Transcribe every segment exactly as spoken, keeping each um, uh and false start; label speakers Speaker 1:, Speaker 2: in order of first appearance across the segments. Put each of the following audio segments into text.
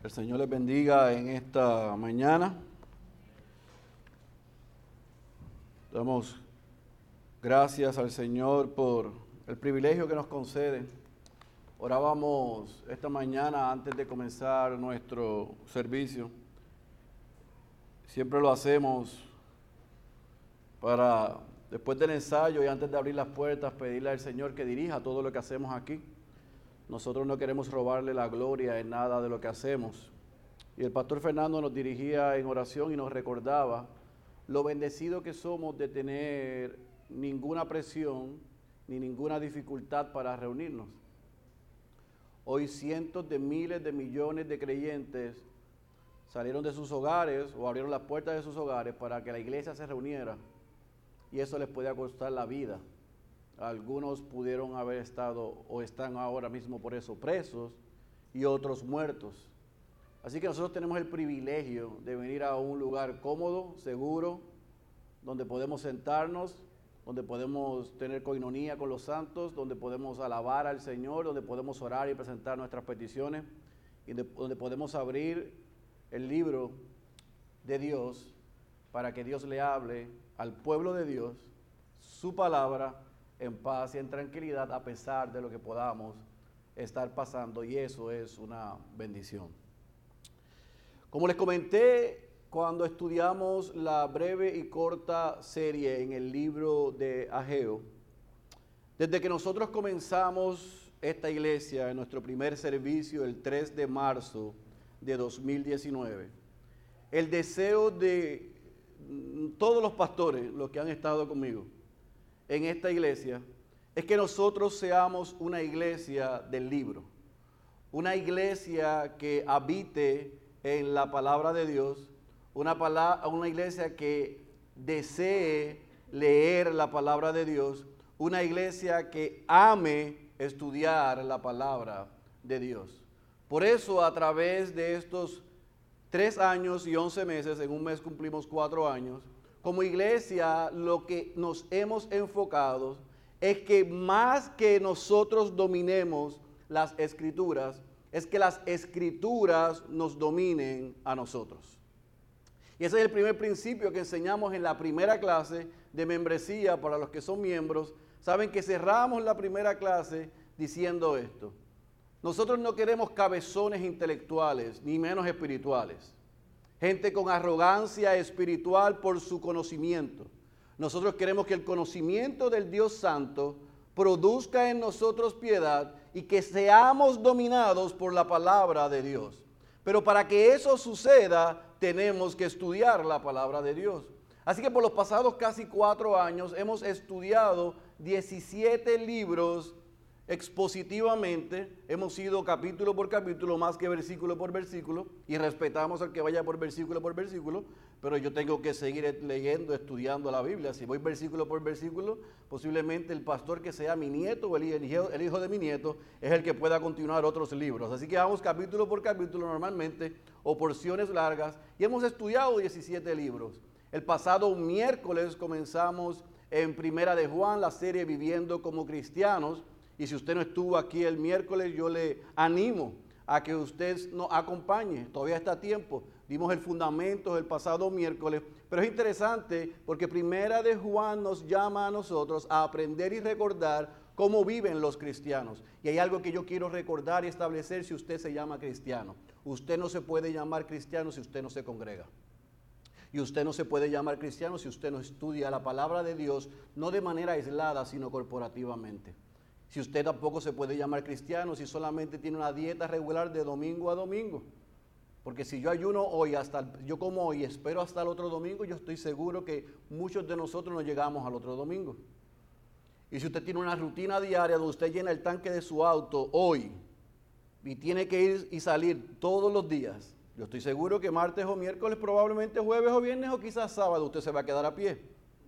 Speaker 1: El Señor les bendiga en esta mañana. Damos gracias al Señor por el privilegio que nos concede. Orábamos esta mañana antes de comenzar nuestro servicio. Siempre lo hacemos para, después del ensayo y antes de abrir las puertas, pedirle al Señor que dirija todo lo que hacemos aquí. Nosotros no queremos robarle la gloria en nada de lo que hacemos. Y el pastor Fernando nos dirigía en oración y nos recordaba lo bendecido que somos de tener ninguna presión ni ninguna dificultad para reunirnos. Hoy cientos de miles de millones de creyentes salieron de sus hogares o abrieron las puertas de sus hogares para que la iglesia se reuniera, y eso les podía costar la vida. Algunos pudieron haber estado o están ahora mismo por eso presos y otros muertos. Así que nosotros tenemos el privilegio de venir a un lugar cómodo, seguro, donde podemos sentarnos, donde podemos tener coinonía con los santos, donde podemos alabar al Señor, donde podemos orar y presentar nuestras peticiones, y de, donde podemos abrir el libro de Dios para que Dios le hable al pueblo de Dios su palabra en paz y en tranquilidad, a pesar de lo que podamos estar pasando, y eso es una bendición. Como les comenté cuando estudiamos la breve y corta serie en el libro de Ageo, desde que nosotros comenzamos esta iglesia en nuestro primer servicio el tres de marzo de dos mil diecinueve, el deseo de todos los pastores, los que han estado conmigo en esta iglesia, es que nosotros seamos una iglesia del libro, una iglesia que habite en la palabra de Dios, una, palabra, una iglesia que desee leer la palabra de Dios, una iglesia que ame estudiar la palabra de Dios. Por eso, a través de estos tres años y once meses, en un mes cumplimos cuatro años, como iglesia, lo que nos hemos enfocado es que más que nosotros dominemos las escrituras, es que las escrituras nos dominen a nosotros. Y ese es el primer principio que enseñamos en la primera clase de membresía para los que son miembros. Saben que cerramos la primera clase diciendo esto: nosotros no queremos cabezones intelectuales, ni menos espirituales. Gente con arrogancia espiritual por su conocimiento. Nosotros queremos que el conocimiento del Dios Santo produzca en nosotros piedad y que seamos dominados por la palabra de Dios. Pero para que eso suceda, tenemos que estudiar la palabra de Dios. Así que por los pasados casi cuatro años hemos estudiado diecisiete libros expositivamente. Hemos ido capítulo por capítulo, más que versículo por versículo, y respetamos al que vaya por versículo por versículo, pero yo tengo que seguir leyendo, estudiando la Biblia. Si voy versículo por versículo, posiblemente el pastor que sea mi nieto o el, el, hijo, el hijo de mi nieto es el que pueda continuar otros libros. Así que vamos capítulo por capítulo normalmente, o porciones largas, y hemos estudiado diecisiete libros. El pasado miércoles comenzamos en Primera de Juan, la serie Viviendo como Cristianos. Y si usted no estuvo aquí el miércoles, yo le animo a que usted nos acompañe. Todavía está a tiempo. Dimos el fundamento el pasado miércoles. Pero es interesante porque Primera de Juan nos llama a nosotros a aprender y recordar cómo viven los cristianos. Y hay algo que yo quiero recordar y establecer si usted se llama cristiano. Usted no se puede llamar cristiano si usted no se congrega. Y usted no se puede llamar cristiano si usted no estudia la palabra de Dios, no de manera aislada, sino corporativamente. Si usted tampoco se puede llamar cristiano si solamente tiene una dieta regular de domingo a domingo. Porque si yo ayuno hoy, hasta yo como hoy y espero hasta el otro domingo, yo estoy seguro que muchos de nosotros no llegamos al otro domingo. Y si usted tiene una rutina diaria donde usted llena el tanque de su auto hoy y tiene que ir y salir todos los días, yo estoy seguro que martes o miércoles, probablemente jueves o viernes o quizás sábado, usted se va a quedar a pie.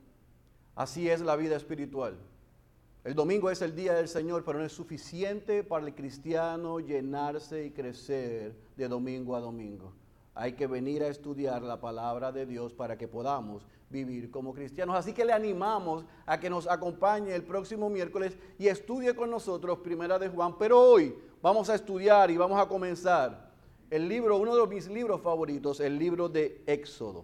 Speaker 1: Así es la vida espiritual. El domingo es el día del Señor, pero no es suficiente para el cristiano llenarse y crecer de domingo a domingo. Hay que venir a estudiar la palabra de Dios para que podamos vivir como cristianos. Así que le animamos a que nos acompañe el próximo miércoles y estudie con nosotros Primera de Juan. Pero hoy vamos a estudiar y vamos a comenzar el libro, uno de mis libros favoritos, el libro de Éxodo.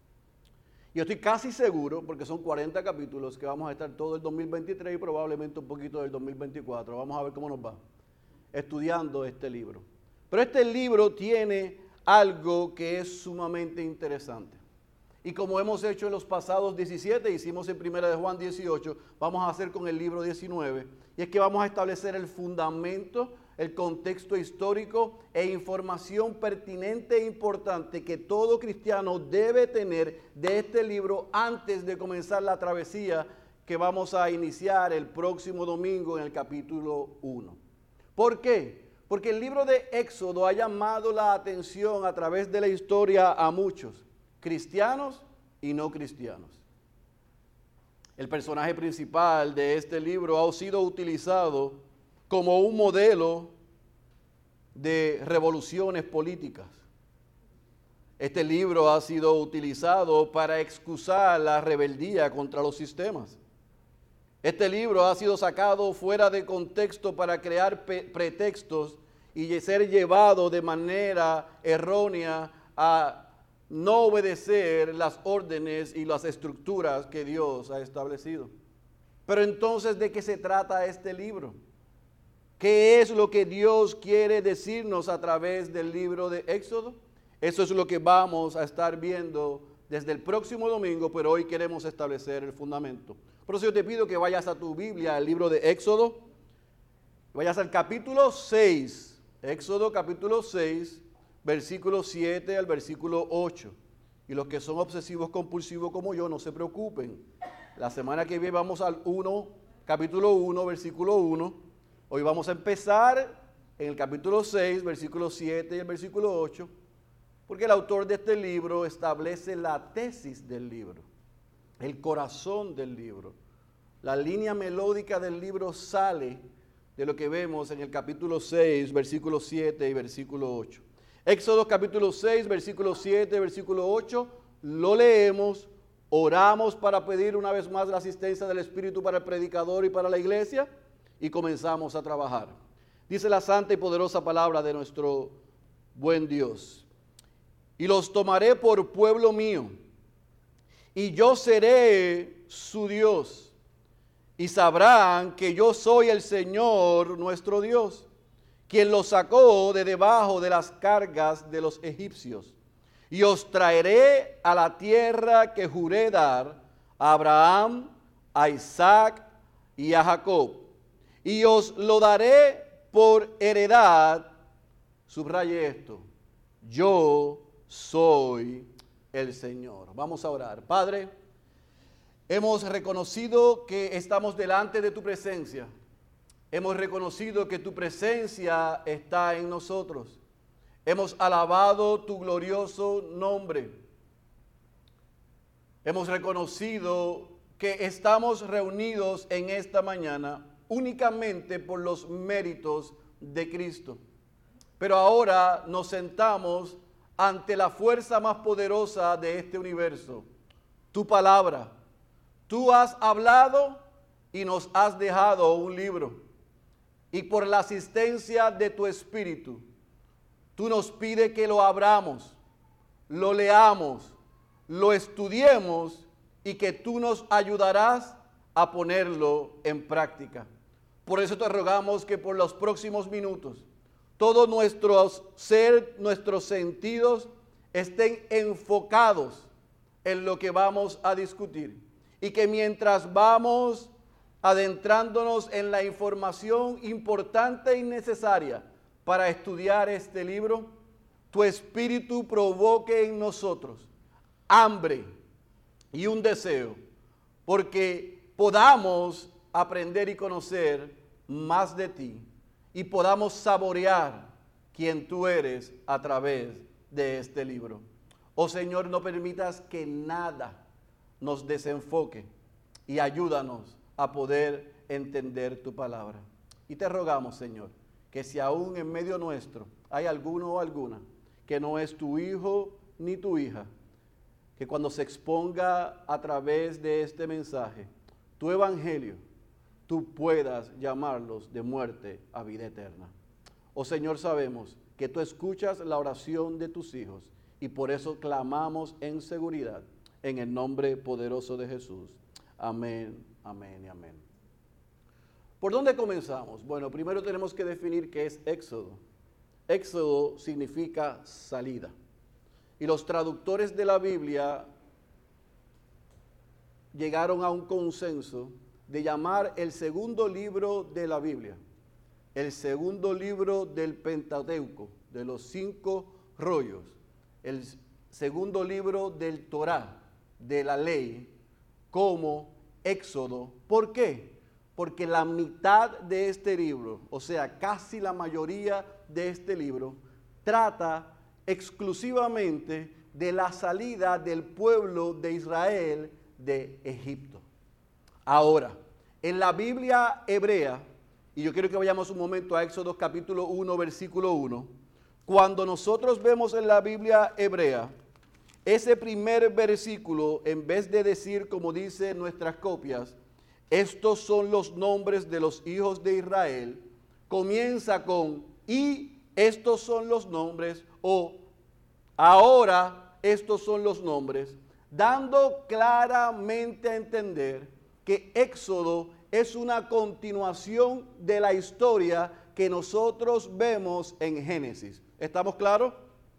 Speaker 1: Yo estoy casi seguro, porque son cuarenta capítulos, que vamos a estar todo el dos mil veintitrés y probablemente un poquito del dos mil veinticuatro. Vamos a ver cómo nos va estudiando este libro. Pero este libro tiene algo que es sumamente interesante. Y como hemos hecho en los pasados diecisiete, hicimos en Primera de Juan dieciocho, vamos a hacer con el libro diecinueve. Y es que vamos a establecer el fundamento, el contexto histórico e información pertinente e importante que todo cristiano debe tener de este libro antes de comenzar la travesía que vamos a iniciar el próximo domingo en el capítulo uno. ¿Por qué? Porque el libro de Éxodo ha llamado la atención a través de la historia a muchos, cristianos y no cristianos. El personaje principal de este libro ha sido utilizado como un modelo de revoluciones políticas. Este libro ha sido utilizado para excusar la rebeldía contra los sistemas. Este libro ha sido sacado fuera de contexto para crear pretextos y ser llevado de manera errónea a no obedecer las órdenes y las estructuras que Dios ha establecido. Pero entonces, ¿de qué se trata este libro? ¿Qué es lo que Dios quiere decirnos a través del libro de Éxodo? Eso es lo que vamos a estar viendo desde el próximo domingo, pero hoy queremos establecer el fundamento. Por eso yo te pido que vayas a tu Biblia, al libro de Éxodo, vayas al capítulo seis, Éxodo capítulo seis, versículo siete al versículo ocho. Y los que son obsesivos compulsivos como yo, no se preocupen. La semana que viene vamos al uno, capítulo uno, versículo uno. Hoy vamos a empezar en el capítulo seis, versículo siete y el versículo ocho, porque el autor de este libro establece la tesis del libro, el corazón del libro. La línea melódica del libro sale de lo que vemos en el capítulo seis, versículo siete y versículo ocho. Éxodo capítulo seis, versículo siete, versículo ocho, lo leemos, oramos para pedir una vez más la asistencia del Espíritu para el predicador y para la iglesia y comenzamos a trabajar. Dice la santa y poderosa palabra de nuestro buen Dios. Y los tomaré por pueblo mío, y yo seré su Dios, y sabrán que yo soy el Señor nuestro Dios, quien los sacó de debajo de las cargas de los egipcios. Y os traeré a la tierra que juré dar a Abraham, a Isaac y a Jacob, y os lo daré por heredad. Subraye esto: yo soy el Señor. Vamos a orar. Padre, hemos reconocido que estamos delante de tu presencia. Hemos reconocido que tu presencia está en nosotros. Hemos alabado tu glorioso nombre. Hemos reconocido que estamos reunidos en esta mañana únicamente por los méritos de Cristo. Pero ahora nos sentamos ante la fuerza más poderosa de este universo, tu palabra. Tú has hablado y nos has dejado un libro. Y por la asistencia de tu Espíritu, tú nos pides que lo abramos, lo leamos, lo estudiemos y que tú nos ayudarás a ponerlo en práctica. Por eso te rogamos que por los próximos minutos, todos nuestros ser, nuestros sentidos estén enfocados en lo que vamos a discutir. Y que mientras vamos adentrándonos en la información importante y necesaria para estudiar este libro, tu Espíritu provoque en nosotros hambre y un deseo, porque podamos aprender y conocer más de ti y podamos saborear quién tú eres a través de este libro. Oh Señor, no permitas que nada nos desenfoque y ayúdanos a poder entender tu palabra. Y te rogamos, Señor, que si aún en medio nuestro hay alguno o alguna que no es tu hijo ni tu hija, que cuando se exponga a través de este mensaje, tu evangelio, tú puedas llamarlos de muerte a vida eterna. Oh Señor, sabemos que tú escuchas la oración de tus hijos y por eso clamamos en seguridad en el nombre poderoso de Jesús. Amén, amén y amén. ¿Por dónde comenzamos? Bueno, primero tenemos que definir qué es Éxodo. Éxodo significa salida. Y los traductores de la Biblia llegaron a un consenso de llamar el segundo libro de la Biblia, el segundo libro del Pentateuco, de los cinco rollos, el segundo libro del Torá, de la ley, como Éxodo. ¿Por qué? Porque la mitad de este libro, o sea, casi la mayoría de este libro, trata exclusivamente de la salida del pueblo de Israel de Egipto. Ahora, en la Biblia hebrea, y yo quiero que vayamos un momento a Éxodo capítulo uno, versículo uno, cuando nosotros vemos en la Biblia hebrea, ese primer versículo, en vez de decir como dice nuestras copias, estos son los nombres de los hijos de Israel, comienza con y estos son los nombres, o ahora estos son los nombres, dando claramente a entender que Éxodo es una continuación de la historia que nosotros vemos en Génesis. ¿Estamos claros?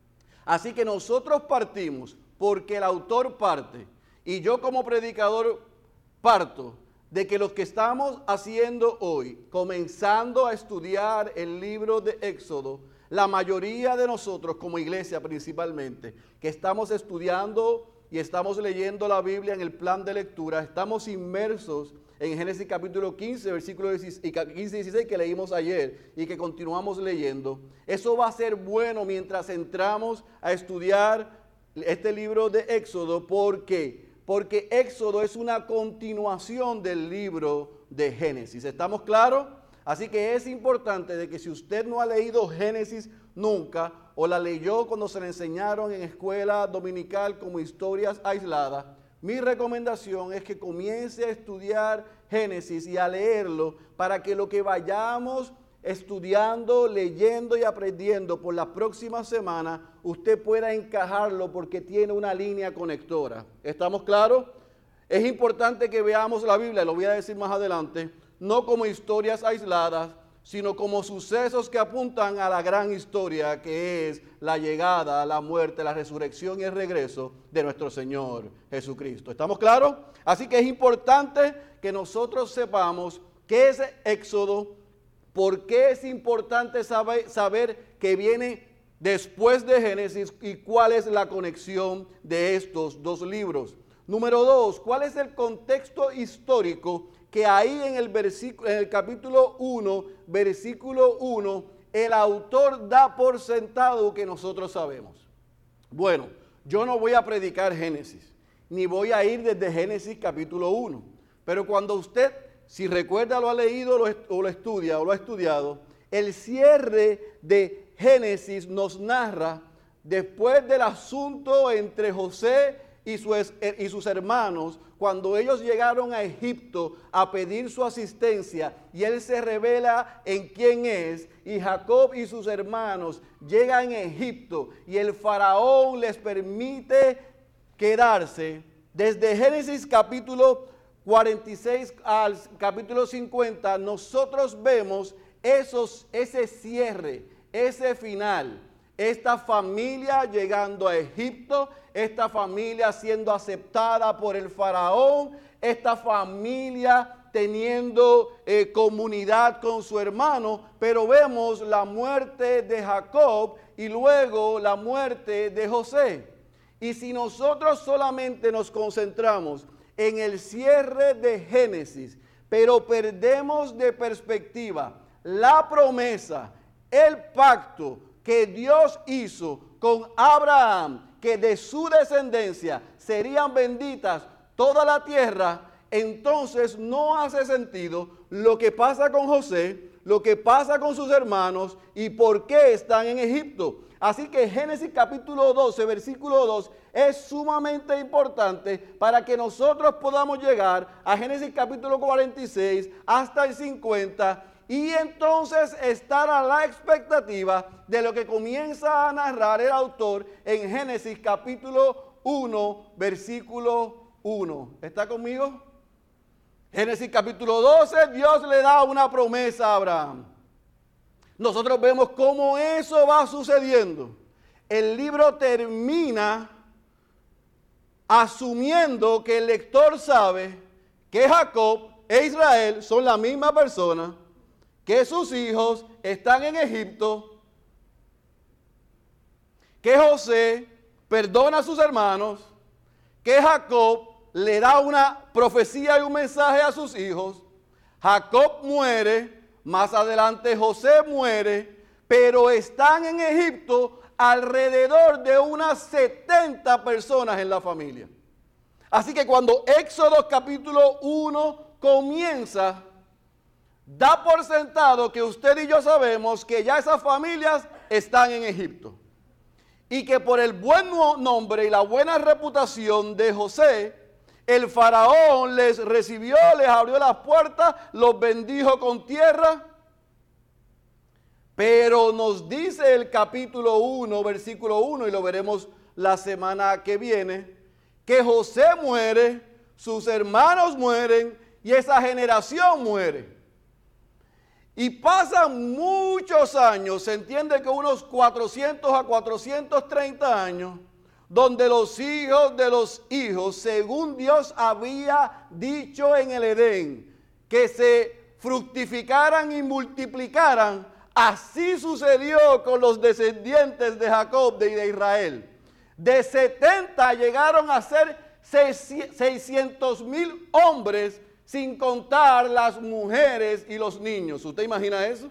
Speaker 1: Así que nosotros partimos porque el autor parte y yo como predicador parto de que lo que estamos haciendo hoy, comenzando a estudiar el libro de Éxodo, la mayoría de nosotros como iglesia principalmente, que estamos estudiando y estamos leyendo la Biblia en el plan de lectura, estamos inmersos en Génesis capítulo quince, versículos quince y dieciséis que leímos ayer y que continuamos leyendo. Eso va a ser bueno mientras entramos a estudiar este libro de Éxodo. ¿Por qué? Porque Éxodo es una continuación del libro de Génesis. ¿Estamos claros? Así que es importante de que si usted no ha leído Génesis nunca o la leyó cuando se le enseñaron en escuela dominical como historias aisladas, mi recomendación es que comience a estudiar Génesis y a leerlo para que lo que vayamos estudiando, leyendo y aprendiendo por la próxima semana, usted pueda encajarlo porque tiene una línea conectora. ¿Estamos claros? Es importante que veamos la Biblia, lo voy a decir más adelante, no como historias aisladas, sino como sucesos que apuntan a la gran historia que es la llegada, la muerte, la resurrección y el regreso de nuestro Señor Jesucristo. ¿Estamos claros? Así que es importante que nosotros sepamos qué es Éxodo, por qué es importante saber, saber que viene después de Génesis y cuál es la conexión de estos dos libros. Número dos, ¿cuál es el contexto histórico que ahí en el, versículo, en el capítulo uno, versículo uno, el autor da por sentado que nosotros sabemos? Bueno, yo no voy a predicar Génesis, ni voy a ir desde Génesis capítulo uno, pero cuando usted, si recuerda, lo ha leído lo, o lo estudia o lo ha estudiado, el cierre de Génesis nos narra después del asunto entre José y, su, y sus hermanos, cuando ellos llegaron a Egipto a pedir su asistencia y él se revela en quién es, y Jacob y sus hermanos llegan a Egipto y el faraón les permite quedarse. Desde Génesis capítulo cuarenta y seis al capítulo cincuenta nosotros vemos esos, ese cierre, ese final. Esta familia llegando a Egipto, esta familia siendo aceptada por el faraón, esta familia teniendo eh, comunidad con su hermano, pero vemos la muerte de Jacob y luego la muerte de José. Y si nosotros solamente nos concentramos en el cierre de Génesis, pero perdemos de perspectiva la promesa, el pacto que Dios hizo con Abraham, que de su descendencia serían benditas toda la tierra, entonces no hace sentido lo que pasa con José, lo que pasa con sus hermanos y por qué están en Egipto. Así que Génesis capítulo doce, versículo dos, es sumamente importante para que nosotros podamos llegar a Génesis capítulo cuarenta y seis hasta el cincuenta y entonces estar a la expectativa de lo que comienza a narrar el autor en Génesis capítulo uno, versículo uno. ¿Está conmigo? Génesis capítulo doce, Dios le da una promesa a Abraham. Nosotros vemos cómo eso va sucediendo. El libro termina asumiendo que el lector sabe que Jacob e Israel son la misma persona, que sus hijos están en Egipto, que José perdona a sus hermanos, que Jacob le da una profecía y un mensaje a sus hijos, Jacob muere, más adelante José muere, pero están en Egipto alrededor de unas setenta personas en la familia. Así que cuando Éxodo capítulo uno comienza, da por sentado que usted y yo sabemos que ya esas familias están en Egipto. Y que por el buen nombre y la buena reputación de José, el faraón les recibió, les abrió las puertas, los bendijo con tierra. Pero nos dice el capítulo uno, versículo uno, y lo veremos la semana que viene, que José muere, sus hermanos mueren y esa generación muere. Y pasan muchos años, se entiende que unos cuatrocientos a cuatrocientos treinta años, donde los hijos de los hijos, según Dios había dicho en el Edén, que se fructificaran y multiplicaran, así sucedió con los descendientes de Jacob y de Israel. De setenta llegaron a ser seiscientos mil hombres, sin contar las mujeres y los niños. ¿Usted imagina eso?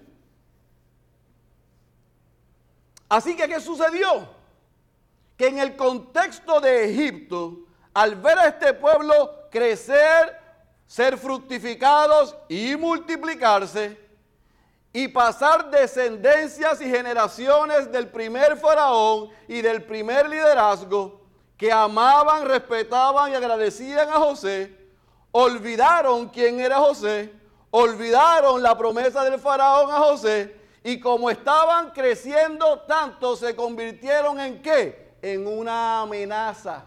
Speaker 1: Así que, ¿qué sucedió? Que en el contexto de Egipto, al ver a este pueblo crecer, ser fructificados y multiplicarse, y pasar descendencias y generaciones del primer faraón y del primer liderazgo, que amaban, respetaban y agradecían a José, olvidaron quién era José, olvidaron la promesa del faraón a José, y como estaban creciendo tanto, se convirtieron en ¿qué? En una amenaza.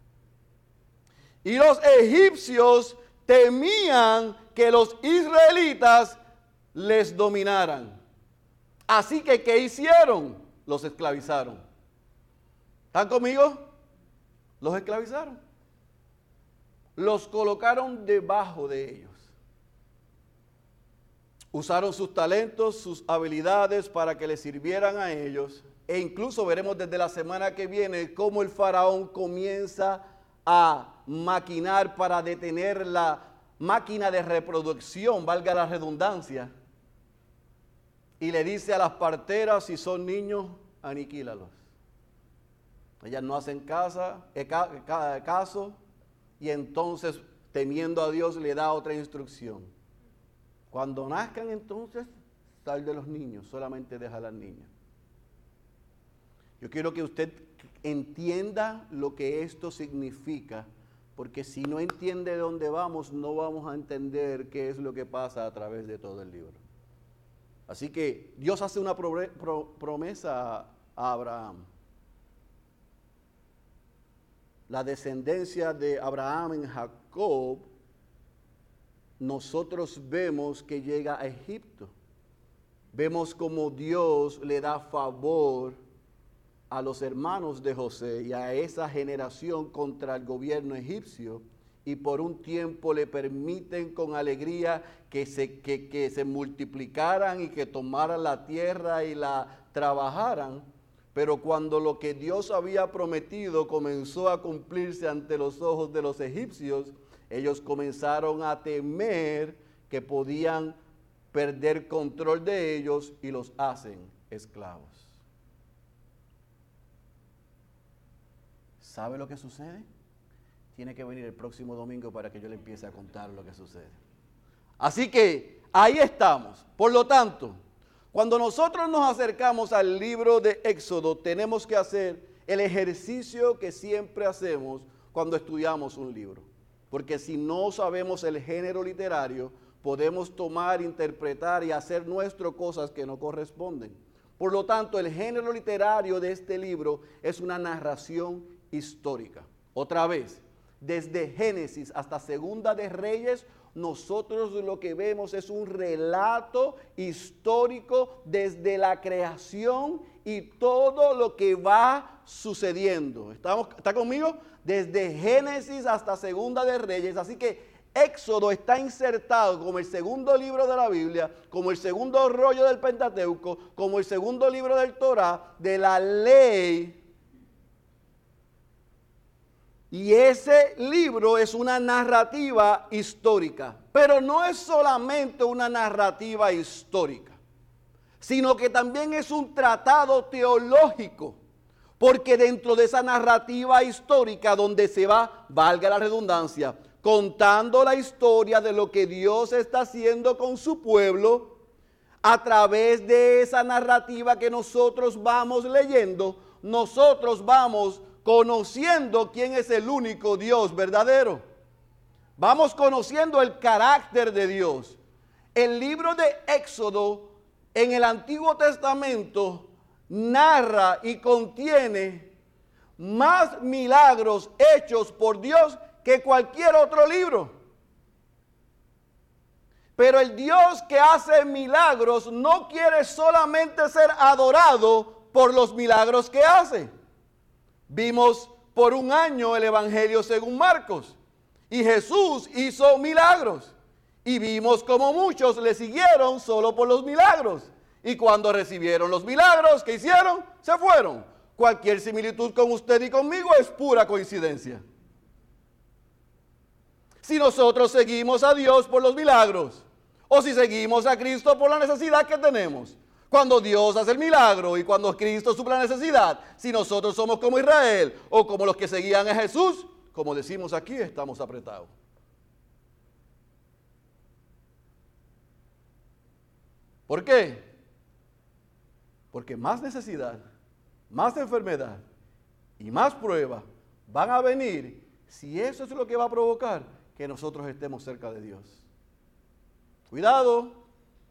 Speaker 1: Y los egipcios temían que los israelitas les dominaran. Así que, ¿qué hicieron? Los esclavizaron. ¿Están conmigo? Los esclavizaron. Los colocaron debajo de ellos. Usaron sus talentos, sus habilidades para que les sirvieran a ellos. E incluso veremos desde la semana que viene cómo el faraón comienza a maquinar para detener la máquina de reproducción, valga la redundancia. Y le dice a las parteras, si son niños, aniquílalos. Ellas no hacen casa, eh, ca, ca, caso. Y entonces, temiendo a Dios, le da otra instrucción. Cuando nazcan, entonces, sal de los niños, solamente deja a las niñas. Yo quiero que usted entienda lo que esto significa, porque si no entiende de dónde vamos, no vamos a entender qué es lo que pasa a través de todo el libro. Así que Dios hace una pro, pro, promesa a Abraham. La descendencia de Abraham en Jacob, nosotros vemos que llega a Egipto. Vemos como Dios le da favor a los hermanos de José y a esa generación contra el gobierno egipcio, y por un tiempo le permiten con alegría que se, que, que se multiplicaran y que tomaran la tierra y la trabajaran. Pero cuando lo que Dios había prometido comenzó a cumplirse ante los ojos de los egipcios, ellos comenzaron a temer que podían perder control de ellos y los hacen esclavos. ¿Sabe lo que sucede? Tiene que venir el próximo domingo para que yo le empiece a contar lo que sucede. Así que ahí estamos. Por lo tanto, cuando nosotros nos acercamos al libro de Éxodo, tenemos que hacer el ejercicio que siempre hacemos cuando estudiamos un libro. Porque si no sabemos el género literario, podemos tomar, interpretar y hacer nuestro cosas que no corresponden. Por lo tanto, el género literario de este libro es una narración histórica. Otra vez, desde Génesis hasta Segunda de Reyes, nosotros lo que vemos es un relato histórico desde la creación y todo lo que va sucediendo. ¿Estamos, ¿Está conmigo? Desde Génesis hasta Segunda de Reyes. Así que Éxodo está insertado como el segundo libro de la Biblia, como el segundo rollo del Pentateuco, como el segundo libro del Torá, de la ley. Y ese libro es una narrativa histórica, pero no es solamente una narrativa histórica, sino que también es un tratado teológico, porque dentro de esa narrativa histórica donde se va, valga la redundancia, contando la historia de lo que Dios está haciendo con su pueblo, a través de esa narrativa que nosotros vamos leyendo, nosotros vamos conociendo quién es el único Dios verdadero. Vamos conociendo el carácter de Dios. El libro de Éxodo en el Antiguo Testamento narra y contiene más milagros hechos por Dios que cualquier otro libro. Pero el Dios que hace milagros no quiere solamente ser adorado por los milagros que hace. Vimos por un año el Evangelio según Marcos y Jesús hizo milagros y vimos como muchos le siguieron solo por los milagros y cuando recibieron los milagros, ¿qué hicieron? Se fueron. Cualquier similitud con usted y conmigo es pura coincidencia. Si nosotros seguimos a Dios por los milagros o si seguimos a Cristo por la necesidad que tenemos. Cuando Dios hace el milagro y cuando Cristo suple la necesidad, si nosotros somos como Israel o como los que seguían a Jesús, como decimos aquí, estamos apretados. ¿Por qué? Porque más necesidad, más enfermedad y más prueba van a venir si eso es lo que va a provocar que nosotros estemos cerca de Dios. Cuidado.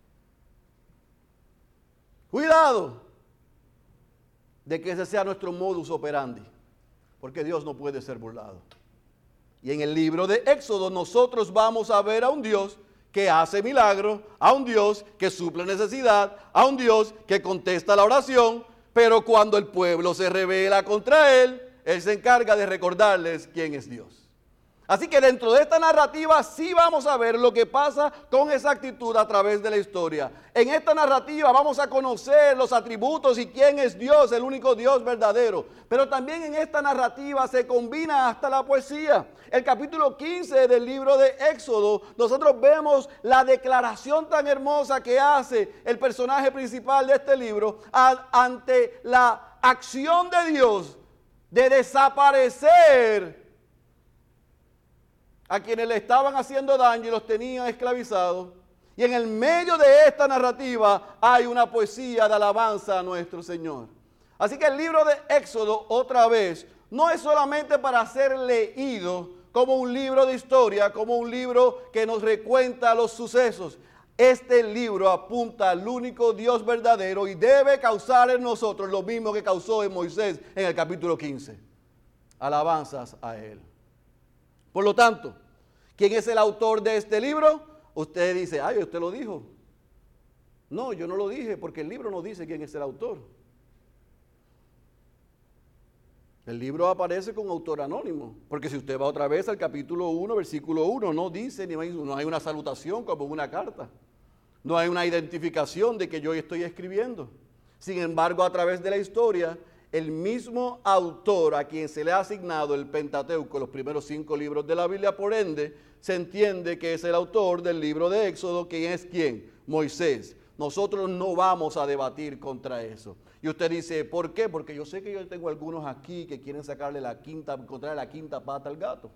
Speaker 1: Cuidado de que ese sea nuestro modus operandi, porque Dios no puede ser burlado. Y en el libro de Éxodo nosotros vamos a ver a un Dios que hace milagros, a un Dios que suple necesidad, a un Dios que contesta la oración, pero cuando el pueblo se rebela contra Él, Él se encarga de recordarles quién es Dios. Así que dentro de esta narrativa sí vamos a ver lo que pasa con exactitud a través de la historia. En esta narrativa vamos a conocer los atributos y quién es Dios, el único Dios verdadero. Pero también en esta narrativa se combina hasta la poesía. El capítulo quince del libro de Éxodo, nosotros vemos la declaración tan hermosa que hace el personaje principal de este libro a, ante la acción de Dios de desaparecer a quienes le estaban haciendo daño y los tenían esclavizados. Y en el medio de esta narrativa hay una poesía de alabanza a nuestro Señor. Así que el libro de Éxodo, otra vez, no es solamente para ser leído como un libro de historia, como un libro que nos recuenta los sucesos. Este libro apunta al único Dios verdadero y debe causar en nosotros lo mismo que causó en Moisés en el capítulo quince. Alabanzas a Él. Por lo tanto, ¿quién es el autor de este libro? Usted dice, ay, usted lo dijo. No, yo no lo dije porque el libro no dice quién es el autor. El libro aparece con autor anónimo, porque si usted va otra vez al capítulo uno, versículo uno, no dice, ni hay, no hay una salutación como una carta. No hay una identificación de que yo estoy escribiendo. Sin embargo, a través de la historia, el mismo autor a quien se le ha asignado el Pentateuco, los primeros cinco libros de la Biblia, por ende, se entiende que es el autor del libro de Éxodo. ¿Quién es quién? Moisés. Nosotros no vamos a debatir contra eso. Y usted dice, ¿por qué? Porque yo sé que yo tengo algunos aquí que quieren sacarle la quinta, encontrarle la quinta pata al gato.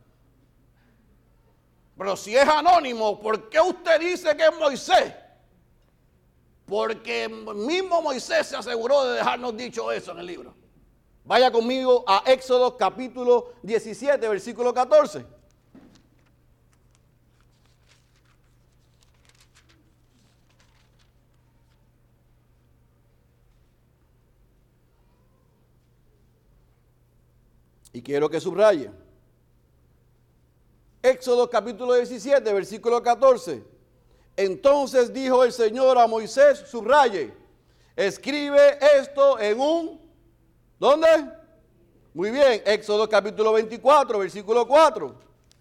Speaker 1: Pero si es anónimo, ¿por qué usted dice que es Moisés? Porque mismo Moisés se aseguró de dejarnos dicho eso en el libro. Vaya conmigo a Éxodo capítulo diecisiete, versículo catorce. Y quiero que subraye. Éxodo capítulo diecisiete, versículo catorce. Entonces dijo el Señor a Moisés, subraye, escribe esto en un, ¿dónde? Muy bien, Éxodo capítulo veinticuatro, versículo cuatro.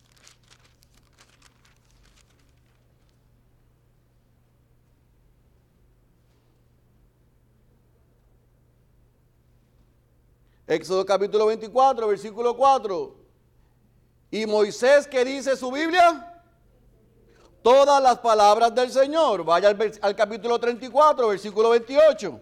Speaker 1: Éxodo capítulo veinticuatro, versículo cuatro. ¿Y Moisés qué dice su Biblia? Todas las palabras del Señor. Vaya al, al capítulo treinta y cuatro, versículo veintiocho.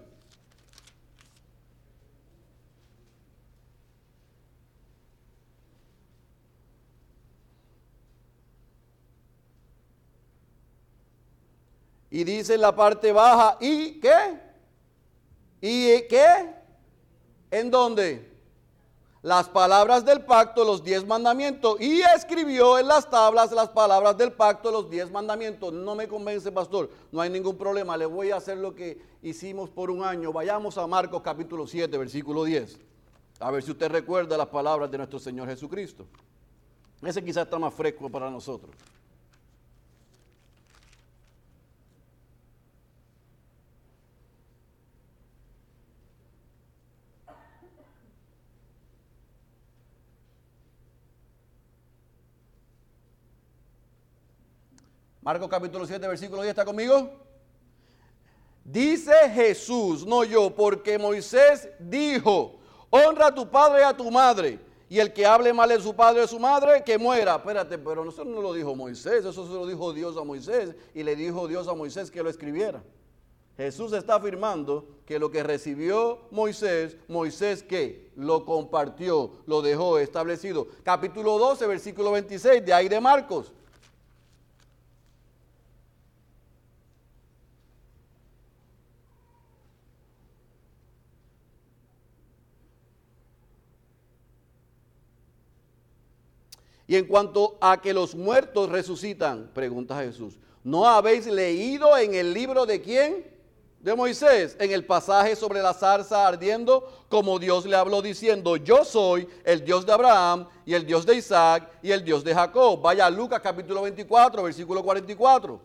Speaker 1: Y dice en la parte baja, ¿y qué? ¿Y qué? ¿En dónde? Las palabras del pacto, los diez mandamientos, y escribió en las tablas las palabras del pacto, los diez mandamientos. No me convence, pastor, no hay ningún problema, le voy a hacer lo que hicimos por un año. Vayamos a Marcos capítulo siete, versículo diez, a ver si usted recuerda las palabras de nuestro Señor Jesucristo. Ese quizás está más fresco para nosotros. Marcos capítulo siete, versículo diez, ¿está conmigo? Dice Jesús, no yo, porque Moisés dijo, honra a tu padre y a tu madre, y el que hable mal de su padre o de su madre, que muera. Espérate, pero eso no lo dijo Moisés, eso se lo dijo Dios a Moisés, y le dijo Dios a Moisés que lo escribiera. Jesús está afirmando que lo que recibió Moisés, Moisés ¿qué? Lo compartió, lo dejó establecido. Capítulo doce, versículo veintiséis, de ahí de Marcos. Y en cuanto a que los muertos resucitan, pregunta Jesús, ¿no habéis leído en el libro de quién? De Moisés, en el pasaje sobre la zarza ardiendo, como Dios le habló diciendo, yo soy el Dios de Abraham y el Dios de Isaac y el Dios de Jacob. Vaya a Lucas capítulo veinticuatro, versículo cuarenta y cuatro.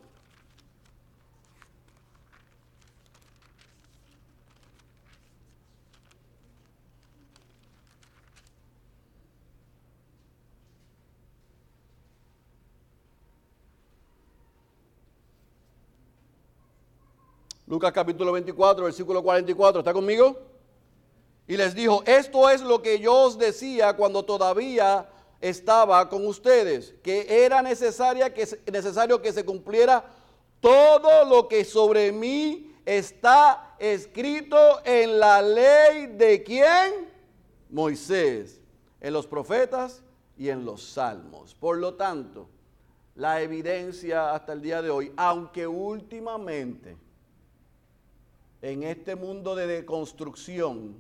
Speaker 1: Lucas capítulo veinticuatro, versículo cuarenta y cuatro, ¿está conmigo? Y les dijo, esto es lo que yo os decía cuando todavía estaba con ustedes, que era necesaria que, necesario que se cumpliera todo lo que sobre mí está escrito en la ley de ¿quién? Moisés, en los profetas y en los salmos. Por lo tanto, la evidencia hasta el día de hoy, aunque últimamente en este mundo de deconstrucción,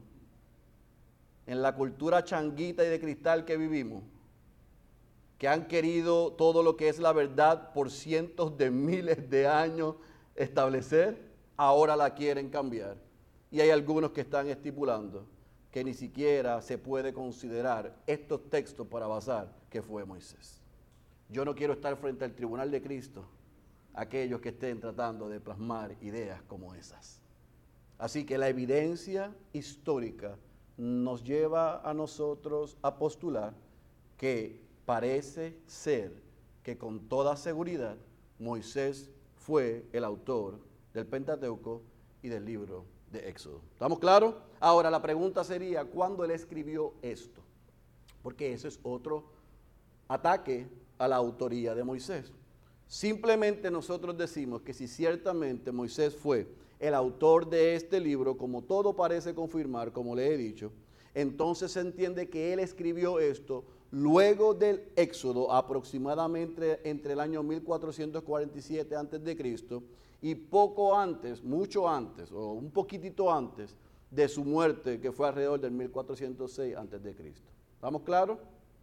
Speaker 1: en la cultura changuita y de cristal que vivimos, que han querido todo lo que es la verdad por cientos de miles de años establecer, ahora la quieren cambiar. Y hay algunos que están estipulando que ni siquiera se puede considerar estos textos para basar que fue Moisés. Yo no quiero estar frente al tribunal de Cristo aquellos que estén tratando de plasmar ideas como esas. Así que la evidencia histórica nos lleva a nosotros a postular que parece ser que con toda seguridad Moisés fue el autor del Pentateuco y del libro de Éxodo. ¿Estamos claros? Ahora la pregunta sería, ¿cuándo él escribió esto? Porque ese es otro ataque a la autoría de Moisés. Simplemente nosotros decimos que si ciertamente Moisés fue el autor de este libro, como todo parece confirmar, como le he dicho, entonces se entiende que él escribió esto luego del Éxodo, aproximadamente entre el año mil cuatrocientos cuarenta y siete antes de Cristo y poco antes, mucho antes, o un poquitito antes de su muerte, que fue alrededor del mil cuatrocientos seis antes de Cristo. ¿Estamos claros?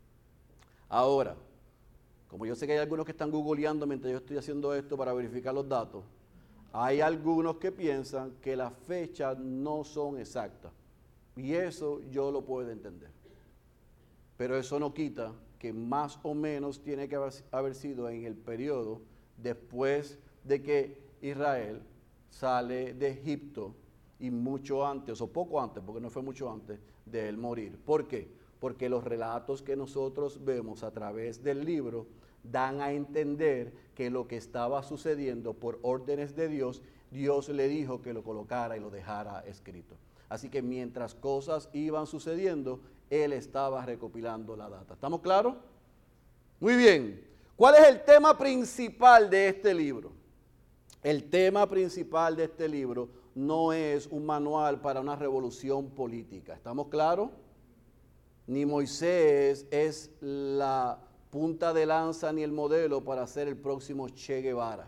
Speaker 1: Ahora, como yo sé que hay algunos que están googleando mientras yo estoy haciendo esto para verificar los datos, hay algunos que piensan que las fechas no son exactas. Y eso yo lo puedo entender. pero eso no quita que más o menos tiene que haber sido en el periodo después de que Israel sale de Egipto y mucho antes, o poco antes, porque no fue mucho antes de él morir. ¿Por qué? Porque los relatos que nosotros vemos a través del libro dan a entender que lo que estaba sucediendo por órdenes de Dios, Dios le dijo que lo colocara y lo dejara escrito. Así que mientras cosas iban sucediendo, él estaba recopilando la data. ¿Estamos claros? Muy bien. ¿Cuál es el tema principal de este libro? El tema principal de este libro no es un manual para una revolución política. ¿Estamos claros? Ni Moisés es la punta de lanza ni el modelo para ser el próximo Che Guevara.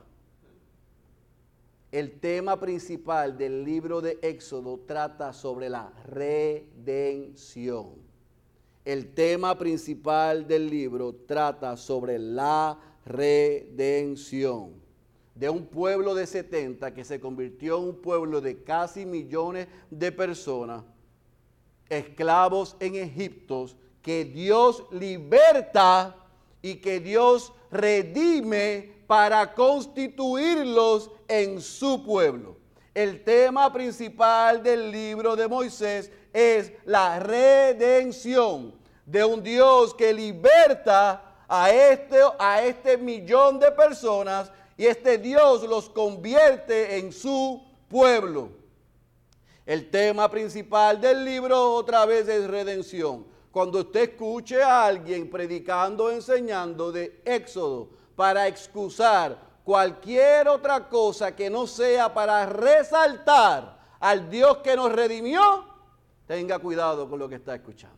Speaker 1: El tema principal del libro de Éxodo trata sobre la redención. El tema principal del libro trata sobre la redención de un pueblo de setenta que se convirtió en un pueblo de casi millones de personas, esclavos en Egipto, que Dios liberta y que Dios redime para constituirlos en su pueblo. El tema principal del libro de Moisés es la redención de un Dios que liberta a este, a este millón de personas y este Dios los convierte en su pueblo. El tema principal del libro otra vez es redención. Cuando usted escuche a alguien predicando o enseñando de Éxodo para excusar cualquier otra cosa que no sea para resaltar al Dios que nos redimió, tenga cuidado con lo que está escuchando.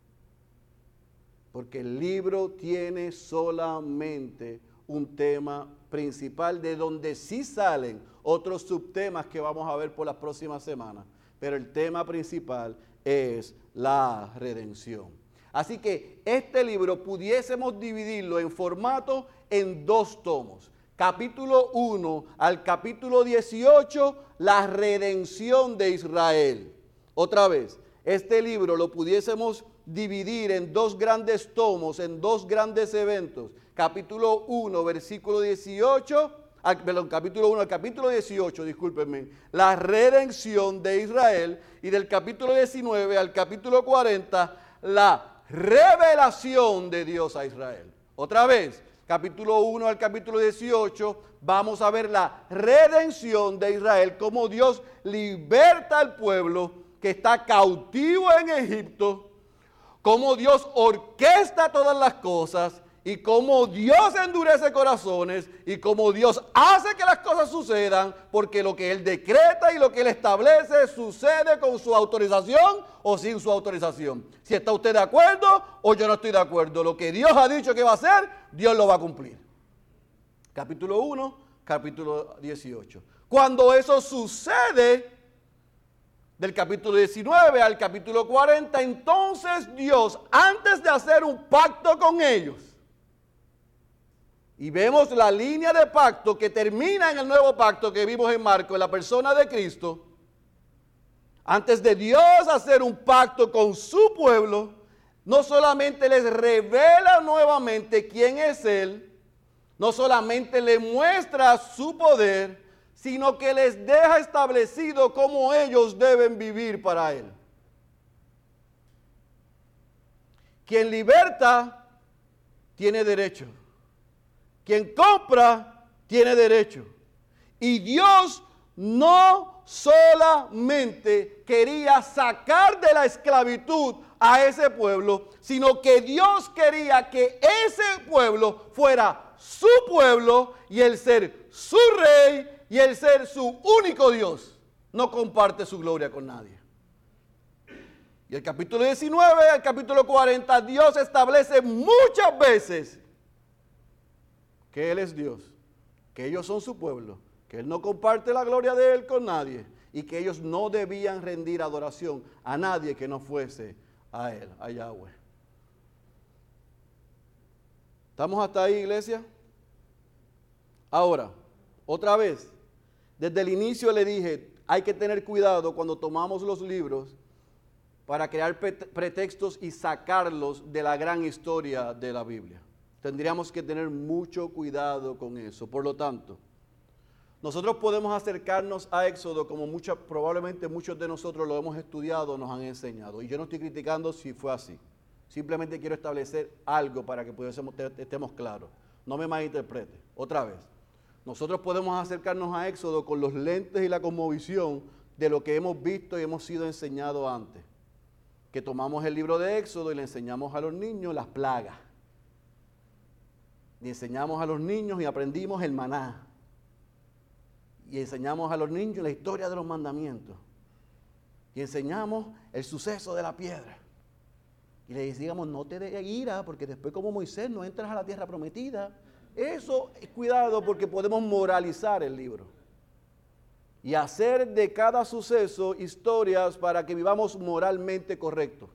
Speaker 1: Porque el libro tiene solamente un tema principal de donde sí salen otros subtemas que vamos a ver por las próximas semanas. Pero el tema principal es la redención. Así que este libro pudiésemos dividirlo en formato en dos tomos. Capítulo uno al capítulo dieciocho, la redención de Israel. Otra vez, este libro lo pudiésemos dividir en dos grandes tomos, en dos grandes eventos. Capítulo uno, versículo dieciocho, al, perdón, capítulo uno al capítulo dieciocho, discúlpenme, la redención de Israel, y del capítulo diecinueve al capítulo cuarenta, la revelación de Dios a Israel. Otra vez, capítulo uno al capítulo dieciocho, vamos a ver la redención de Israel, cómo Dios liberta al pueblo que está cautivo en Egipto, cómo Dios orquesta todas las cosas, y cómo Dios endurece corazones y cómo Dios hace que las cosas sucedan, porque lo que Él decreta y lo que Él establece sucede con su autorización o sin su autorización. Si está usted de acuerdo o yo no estoy de acuerdo, lo que Dios ha dicho que va a hacer, Dios lo va a cumplir. Capítulo uno, capítulo dieciocho. Cuando eso sucede, del capítulo diecinueve al capítulo cuarenta, entonces Dios, antes de hacer un pacto con ellos, y vemos la línea de pacto que termina en el nuevo pacto que vimos en Marcos, en la persona de Cristo. Antes de Dios hacer un pacto con su pueblo, no solamente les revela nuevamente quién es Él, no solamente le muestra su poder, sino que les deja establecido cómo ellos deben vivir para Él. Quien liberta, tiene derecho. Quien compra, tiene derecho. Y Dios no solamente quería sacar de la esclavitud a ese pueblo, sino que Dios quería que ese pueblo fuera su pueblo y el ser su rey y el ser su único Dios. No comparte su gloria con nadie. Y el capítulo diecinueve al capítulo cuarenta, Dios establece muchas veces que Él es Dios, que ellos son su pueblo, que Él no comparte la gloria de Él con nadie y que ellos no debían rendir adoración a nadie que no fuese a Él, a Yahweh. ¿Estamos hasta ahí, iglesia? Ahora, otra vez, desde el inicio le dije, hay que tener cuidado cuando tomamos los libros, para crear pretextos y sacarlos de la gran historia de la Biblia. Tendríamos que tener mucho cuidado con eso. Por lo tanto, nosotros podemos acercarnos a Éxodo como mucha, probablemente muchos de nosotros lo hemos estudiado, nos han enseñado. Y yo no estoy criticando si fue así. Simplemente quiero establecer algo para que pudiésemos, estemos claros. No me malinterprete. Otra vez, nosotros podemos acercarnos a Éxodo con los lentes y la cosmovisión de lo que hemos visto y hemos sido enseñados antes. Que tomamos el libro de Éxodo y le enseñamos a los niños las plagas. Y enseñamos a los niños y aprendimos el maná. Y enseñamos a los niños la historia de los mandamientos. Y enseñamos el suceso de la piedra. Y le decíamos, no te dé ira, porque después como Moisés no entras a la tierra prometida. Eso, cuidado, porque podemos moralizar el libro. Y hacer de cada suceso historias para que vivamos moralmente correctos.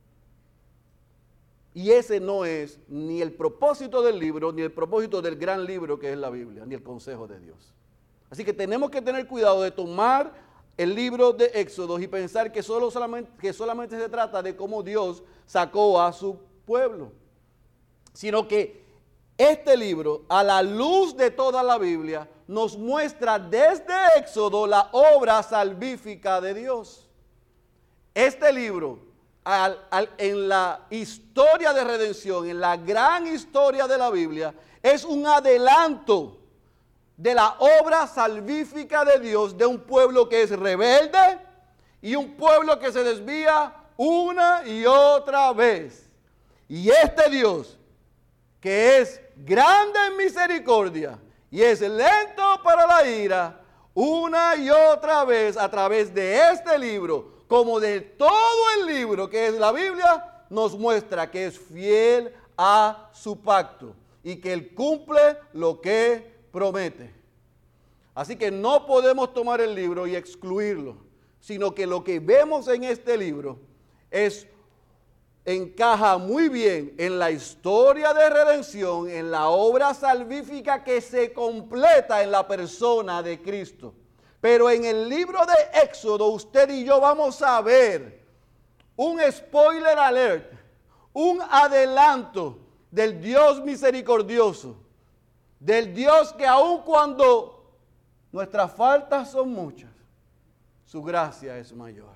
Speaker 1: Y ese no es ni el propósito del libro, ni el propósito del gran libro que es la Biblia, ni el consejo de Dios. Así que tenemos que tener cuidado de tomar el libro de Éxodo y pensar que, solo, solamente, que solamente se trata de cómo Dios sacó a su pueblo, sino que este libro, a la luz de toda la Biblia, nos muestra desde Éxodo la obra salvífica de Dios. Este libro, al, al, en la historia de redención, en la gran historia de la Biblia, es un adelanto de la obra salvífica de Dios, de un pueblo que es rebelde y un pueblo que se desvía una y otra vez. Y este Dios, que es grande en misericordia y es lento para la ira, una y otra vez a través de este libro, como de todo el libro que es la Biblia, nos muestra que es fiel a su pacto y que Él cumple lo que promete. Así que no podemos tomar el libro y excluirlo, sino que lo que vemos en este libro es, encaja muy bien en la historia de redención, en la obra salvífica que se completa en la persona de Cristo. Pero en el libro de Éxodo, usted y yo vamos a ver un spoiler alert, un adelanto del Dios misericordioso, del Dios que aun cuando nuestras faltas son muchas, su gracia es mayor.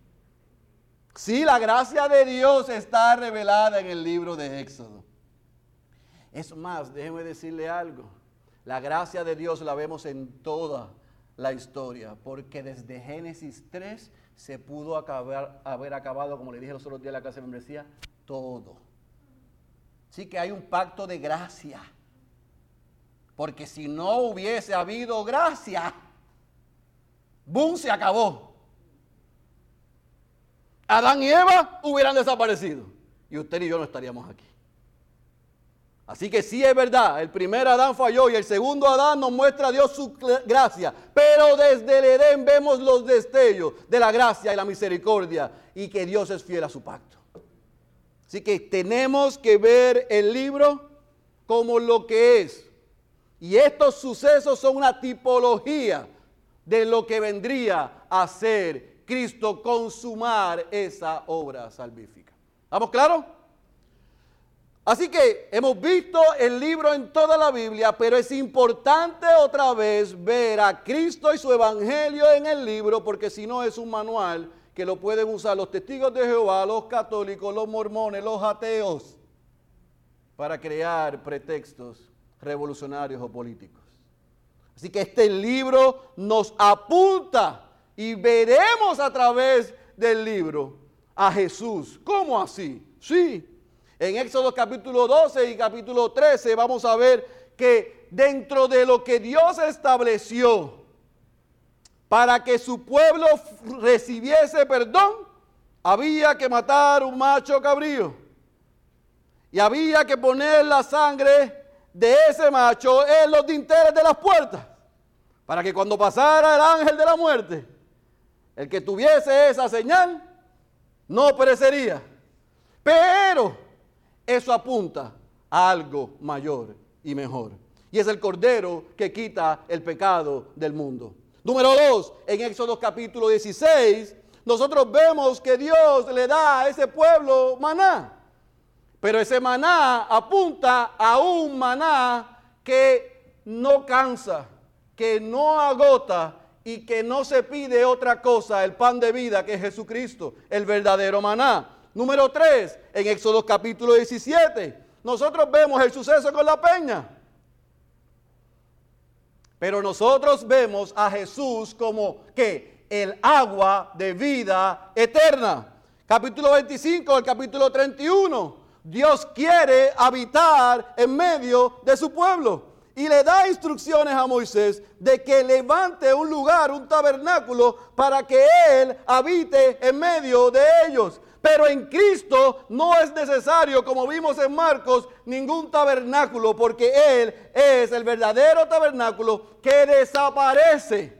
Speaker 1: Sí, la gracia de Dios está revelada en el libro de Éxodo. Es más, déjeme decirle algo, la gracia de Dios la vemos en toda la historia, porque desde Génesis tres se pudo acabar, haber acabado, como le dije los otros días en la clase de membresía, todo. Sí que hay un pacto de gracia, porque si no hubiese habido gracia, ¡boom!, se acabó. Adán y Eva hubieran desaparecido y usted y yo no estaríamos aquí. Así que sí es verdad, el primer Adán falló y el segundo Adán nos muestra a Dios su gracia. Pero desde el Edén vemos los destellos de la gracia y la misericordia y que Dios es fiel a su pacto. Así que tenemos que ver el libro como lo que es. Y estos sucesos son una tipología de lo que vendría a ser Cristo, consumar esa obra salvífica. ¿Estamos claros? Así que hemos visto el libro en toda la Biblia, pero es importante otra vez ver a Cristo y su evangelio en el libro, porque si no es un manual que lo pueden usar los testigos de Jehová, los católicos, los mormones, los ateos, para crear pretextos revolucionarios o políticos. Así que este libro nos apunta y veremos a través del libro a Jesús. ¿Cómo así? Sí. En Éxodo capítulo doce y capítulo trece vamos a ver que dentro de lo que Dios estableció para que su pueblo recibiese perdón, había que matar un macho cabrío. Y había que poner la sangre de ese macho en los dinteles de las puertas, para que cuando pasara el ángel de la muerte, el que tuviese esa señal no perecería. Pero eso apunta a algo mayor y mejor. Y es el Cordero que quita el pecado del mundo. Número dos, en Éxodo capítulo dieciséis, nosotros vemos que Dios le da a ese pueblo maná. Pero ese maná apunta a un maná que no cansa, que no agota y que no se pide otra cosa, el pan de vida que es Jesucristo, el verdadero maná. Número tres, en Éxodo capítulo diecisiete, nosotros vemos el suceso con la peña. Pero nosotros vemos a Jesús como que el agua de vida eterna. Capítulo veinticinco, el capítulo treinta y uno. Dios quiere habitar en medio de su pueblo. Y le da instrucciones a Moisés de que levante un lugar, un tabernáculo, para que Él habite en medio de ellos. Pero en Cristo no es necesario, como vimos en Marcos, ningún tabernáculo, porque Él es el verdadero tabernáculo que desaparece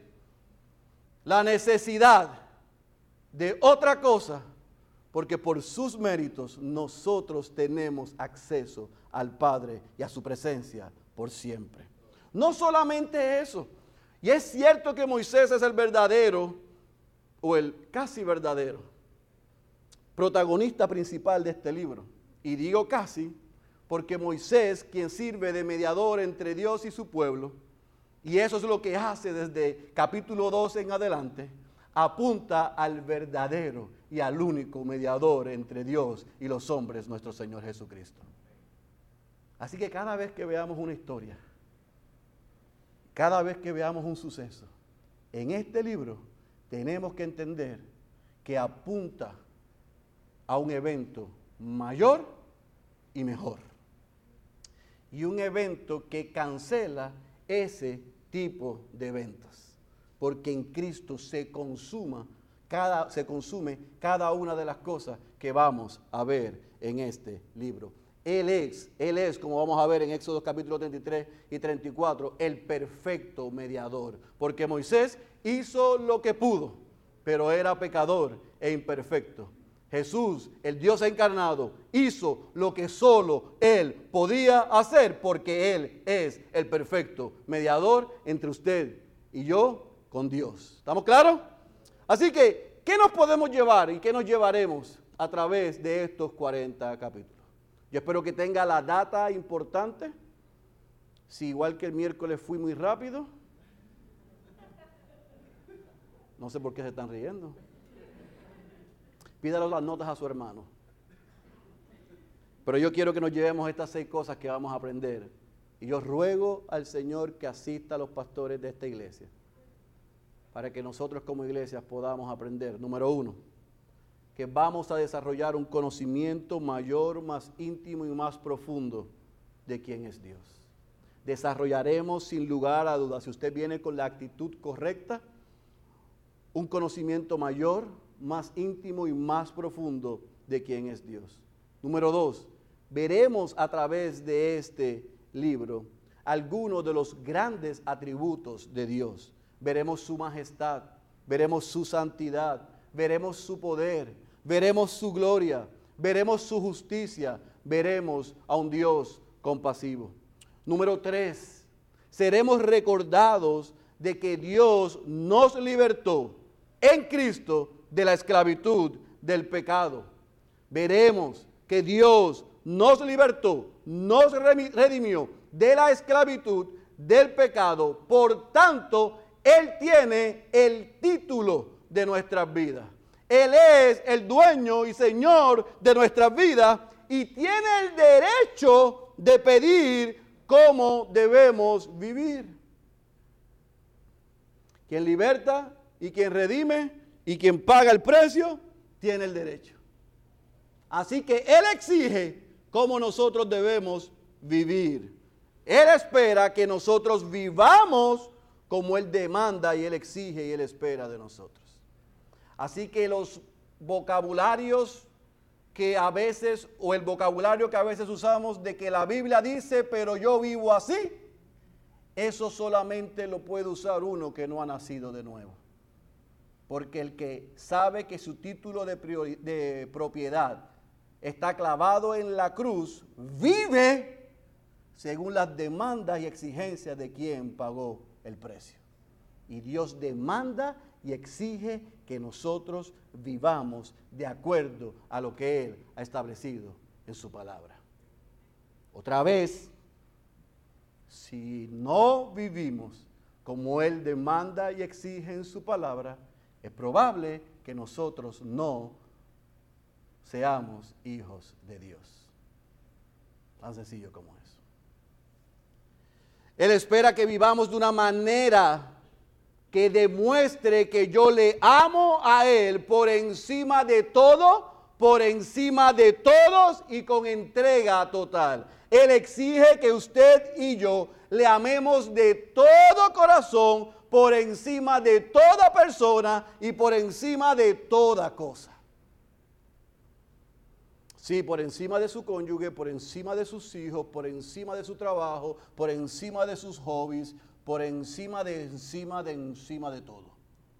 Speaker 1: la necesidad de otra cosa, porque por sus méritos nosotros tenemos acceso al Padre y a su presencia por siempre. No solamente eso, y es cierto que Moisés es el verdadero, o el casi verdadero, protagonista principal de este libro. Y digo casi porque Moisés, quien sirve de mediador entre Dios y su pueblo, y eso es lo que hace desde capítulo doce en adelante, apunta al verdadero y al único mediador entre Dios y los hombres, nuestro Señor Jesucristo. Así que cada vez que veamos una historia, cada vez que veamos un suceso en este libro, tenemos que entender que apunta a un evento mayor y mejor. Y un evento que cancela ese tipo de eventos. Porque en Cristo se consuma cada, se consume cada una de las cosas que vamos a ver en este libro. Él es, Él es, como vamos a ver en Éxodo capítulo treinta y tres y treinta y cuatro, el perfecto mediador. Porque Moisés hizo lo que pudo, pero era pecador e imperfecto. Jesús, el Dios encarnado, hizo lo que solo Él podía hacer porque Él es el perfecto mediador entre usted y yo con Dios. ¿Estamos claros? Así que, ¿qué nos podemos llevar y qué nos llevaremos a través de estos cuarenta capítulos? Yo espero que tenga la data importante. Si igual que el miércoles fui muy rápido, no sé por qué se están riendo. Pídale las notas a su hermano. Pero yo quiero que nos llevemos estas seis cosas que vamos a aprender. Y yo ruego al Señor que asista a los pastores de esta iglesia, para que nosotros como iglesia podamos aprender. Número uno, que vamos a desarrollar un conocimiento mayor, más íntimo y más profundo de quién es Dios. Desarrollaremos sin lugar a dudas, si usted viene con la actitud correcta, un conocimiento mayor, más íntimo y más profundo de quién es Dios. Número dos, veremos a través de este libro algunos de los grandes atributos de Dios. Veremos su majestad, veremos su santidad, veremos su poder, veremos su gloria, veremos su justicia, veremos a un Dios compasivo. Número tres, seremos recordados de que Dios nos libertó en Cristo de la esclavitud del pecado. Veremos que Dios nos libertó, nos redimió de la esclavitud del pecado. Por tanto, Él tiene el título de nuestras vidas. Él es el dueño y señor de nuestras vidas y tiene el derecho de pedir cómo debemos vivir. Quien liberta y quien redime y quien paga el precio, tiene el derecho. Así que Él exige cómo nosotros debemos vivir. Él espera que nosotros vivamos como Él demanda y Él exige y Él espera de nosotros. Así que los vocabularios que a veces, o el vocabulario que a veces usamos de que la Biblia dice, pero yo vivo así, eso solamente lo puede usar uno que no ha nacido de nuevo. Porque el que sabe que su título de, priori- de propiedad está clavado en la cruz, vive según las demandas y exigencias de quien pagó el precio. Y Dios demanda y exige que nosotros vivamos de acuerdo a lo que Él ha establecido en su palabra. Otra vez, si no vivimos como Él demanda y exige en su palabra, es probable que nosotros no seamos hijos de Dios. Tan sencillo como eso. Él espera que vivamos de una manera que demuestre que yo le amo a Él por encima de todo, por encima de todos y con entrega total. Él exige que usted y yo le amemos de todo corazón, por encima de toda persona y por encima de toda cosa. Sí, por encima de su cónyuge, por encima de sus hijos, por encima de su trabajo, por encima de sus hobbies, por encima de encima de encima de todo.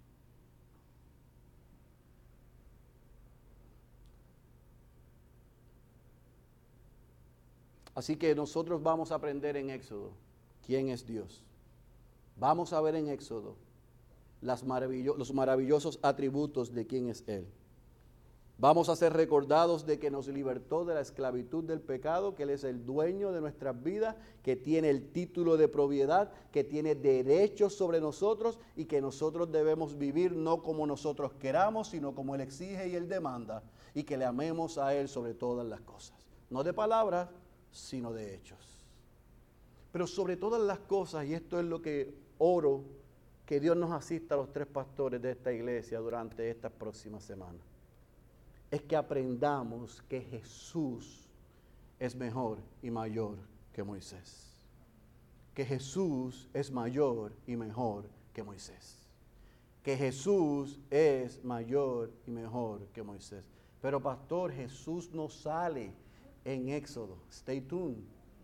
Speaker 1: Así que nosotros vamos a aprender en Éxodo quién es Dios. Vamos a ver en Éxodo las maravillo- los maravillosos atributos de quién es Él. Vamos a ser recordados de que nos libertó de la esclavitud del pecado, que Él es el dueño de nuestras vidas, que tiene el título de propiedad, que tiene derechos sobre nosotros y que nosotros debemos vivir no como nosotros queramos, sino como Él exige y Él demanda, y que le amemos a Él sobre todas las cosas. No de palabras, sino de hechos. Pero sobre todas las cosas, y esto es lo que oro, que Dios nos asista a los tres pastores de esta iglesia durante estas próximas semanas, es que aprendamos que Jesús es mejor y mayor que Moisés. Que Jesús es mayor y mejor que Moisés. Que Jesús es mayor y mejor que Moisés. Pero pastor, Jesús no sale en Éxodo. Stay tuned.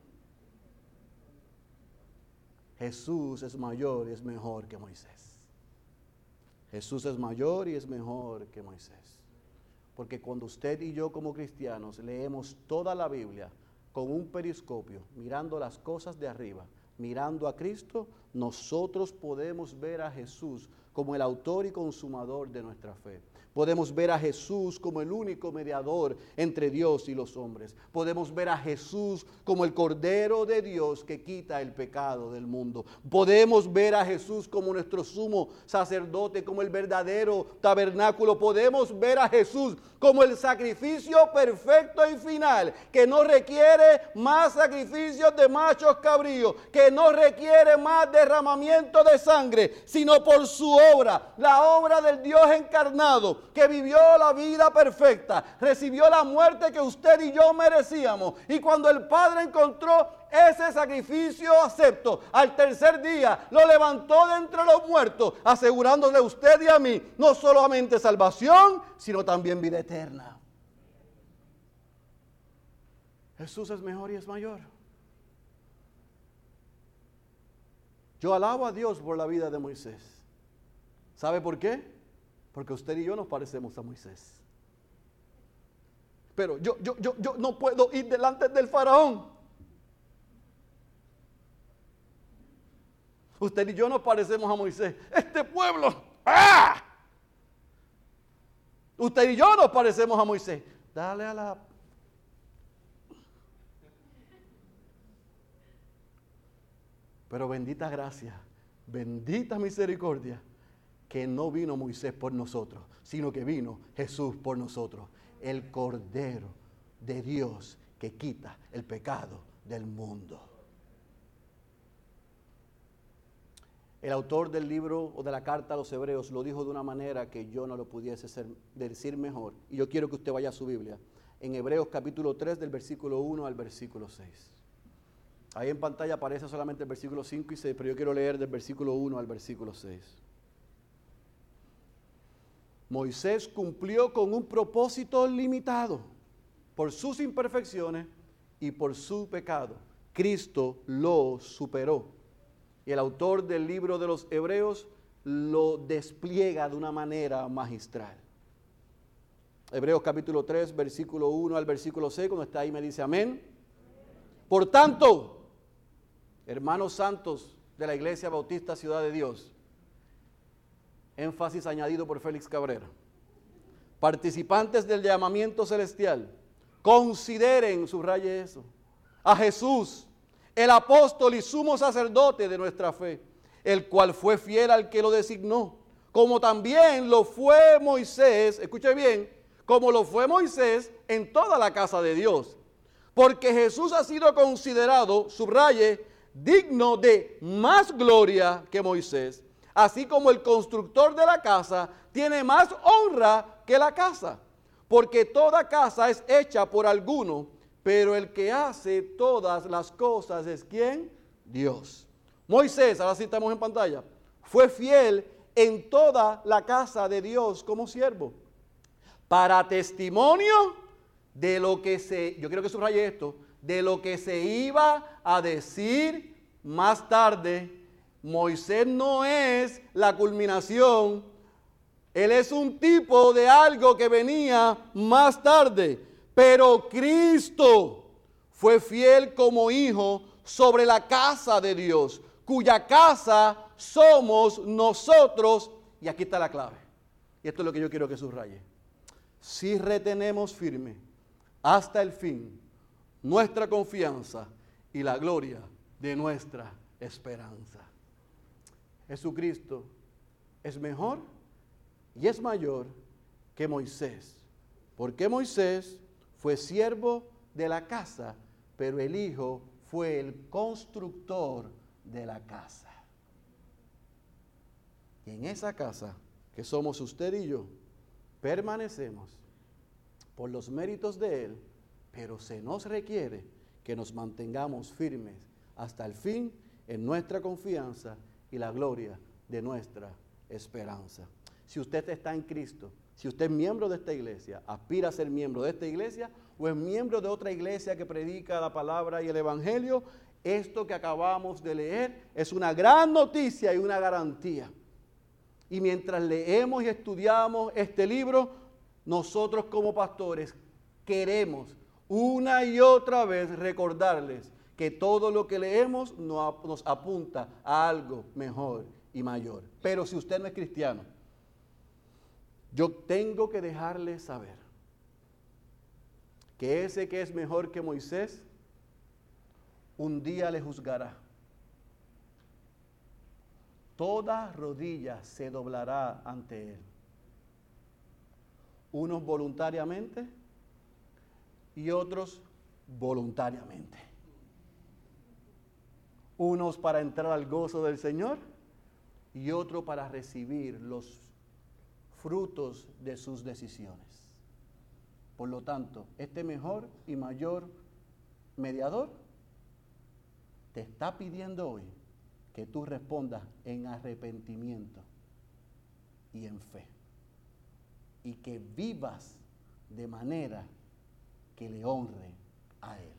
Speaker 1: Jesús es mayor y es mejor que Moisés. Jesús es mayor y es mejor que Moisés. Porque cuando usted y yo como cristianos leemos toda la Biblia con un periscopio, mirando las cosas de arriba, mirando a Cristo, nosotros podemos ver a Jesús como el autor y consumador de nuestra fe. Podemos ver a Jesús como el único mediador entre Dios y los hombres. Podemos ver a Jesús como el Cordero de Dios que quita el pecado del mundo. Podemos ver a Jesús como nuestro sumo sacerdote, como el verdadero tabernáculo. Podemos ver a Jesús como el sacrificio perfecto y final, que no requiere más sacrificios de machos cabríos, que no requiere más derramamiento de sangre, sino por su obra, la obra del Dios encarnado, que vivió la vida perfecta, recibió la muerte que usted y yo merecíamos, y cuando el Padre encontró ese sacrificio acepto, al tercer día lo levantó de entre los muertos, asegurándole a usted y a mí no solamente salvación, sino también vida eterna. Jesús es mejor y es mayor. Yo alabo a Dios por la vida de Moisés. ¿Sabe por qué? Porque usted y yo nos parecemos a Moisés. Pero yo, yo, yo, yo no puedo ir delante del faraón. Usted y yo nos parecemos a Moisés. Este pueblo, ¡ah! Usted y yo nos parecemos a Moisés. Dale a la... Pero bendita gracia, bendita misericordia, que no vino Moisés por nosotros, sino que vino Jesús por nosotros, el Cordero de Dios que quita el pecado del mundo. El autor del libro o de la carta a los Hebreos lo dijo de una manera que yo no lo pudiese ser, decir mejor. Y yo quiero que usted vaya a su Biblia, en Hebreos capítulo tres, del versículo uno al versículo seis. Ahí en pantalla aparece solamente el versículo cinco y seis, pero yo quiero leer del versículo uno al versículo seis. Moisés cumplió con un propósito limitado por sus imperfecciones y por su pecado. Cristo lo superó. Y el autor del libro de los Hebreos lo despliega de una manera magistral. Hebreos capítulo tres, versículo uno al versículo seis, cuando está ahí me dice amén. Por tanto, hermanos santos de la Iglesia Bautista Ciudad de Dios, énfasis añadido por Félix Cabrera, participantes del llamamiento celestial, consideren, subraye eso, a Jesús, el apóstol y sumo sacerdote de nuestra fe, el cual fue fiel al que lo designó, como también lo fue Moisés, escuche bien, como lo fue Moisés en toda la casa de Dios. Porque Jesús ha sido considerado, subraye, digno de más gloria que Moisés, así como el constructor de la casa tiene más honra que la casa, porque toda casa es hecha por alguno, pero el que hace todas las cosas es ¿quién? Dios. Moisés, ahora sí estamos en pantalla, fue fiel en toda la casa de Dios como siervo, para testimonio de lo que se, yo quiero que subraye esto, de lo que se iba a decir más tarde. Moisés no es la culminación, él es un tipo de algo que venía más tarde, pero Cristo fue fiel como hijo sobre la casa de Dios, cuya casa somos nosotros, y aquí está la clave, y esto es lo que yo quiero que subraye. Si retenemos firme hasta el fin nuestra confianza y la gloria de nuestra esperanza. Jesucristo es mejor y es mayor que Moisés, porque Moisés fue siervo de la casa, pero el Hijo fue el constructor de la casa. Y en esa casa, que somos usted y yo, permanecemos por los méritos de Él, pero se nos requiere que nos mantengamos firmes hasta el fin en nuestra confianza y la gloria de nuestra esperanza. Si usted está en Cristo, si usted es miembro de esta iglesia, aspira a ser miembro de esta iglesia o es miembro de otra iglesia que predica la palabra y el evangelio, esto que acabamos de leer es una gran noticia y una garantía. Y mientras leemos y estudiamos este libro, nosotros como pastores queremos una y otra vez recordarles que todo lo que leemos nos apunta a algo mejor y mayor. Pero si usted no es cristiano, yo tengo que dejarle saber que ese que es mejor que Moisés, un día le juzgará. Toda rodilla se doblará ante él. Unos voluntariamente y otros voluntariamente. Unos para entrar al gozo del Señor y otros para recibir los frutos de sus decisiones. Por lo tanto, este mejor y mayor mediador te está pidiendo hoy que tú respondas en arrepentimiento y en fe. Y que vivas de manera que le honre a Él.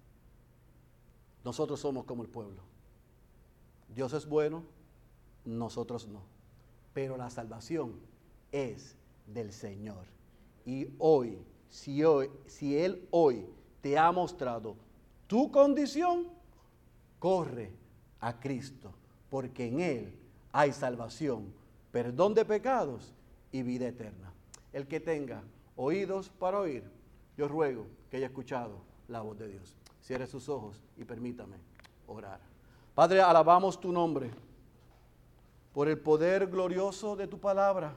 Speaker 1: Nosotros somos como el pueblo. Dios es bueno, nosotros no. Pero la salvación es del Señor. Y hoy, si, hoy, si Él hoy te ha mostrado tu condición, corre a Cristo, porque en Él hay salvación, perdón de pecados y vida eterna. El que tenga oídos para oír, yo ruego que haya escuchado la voz de Dios. Cierre sus ojos y permítame orar. Padre, alabamos tu nombre por el poder glorioso de tu palabra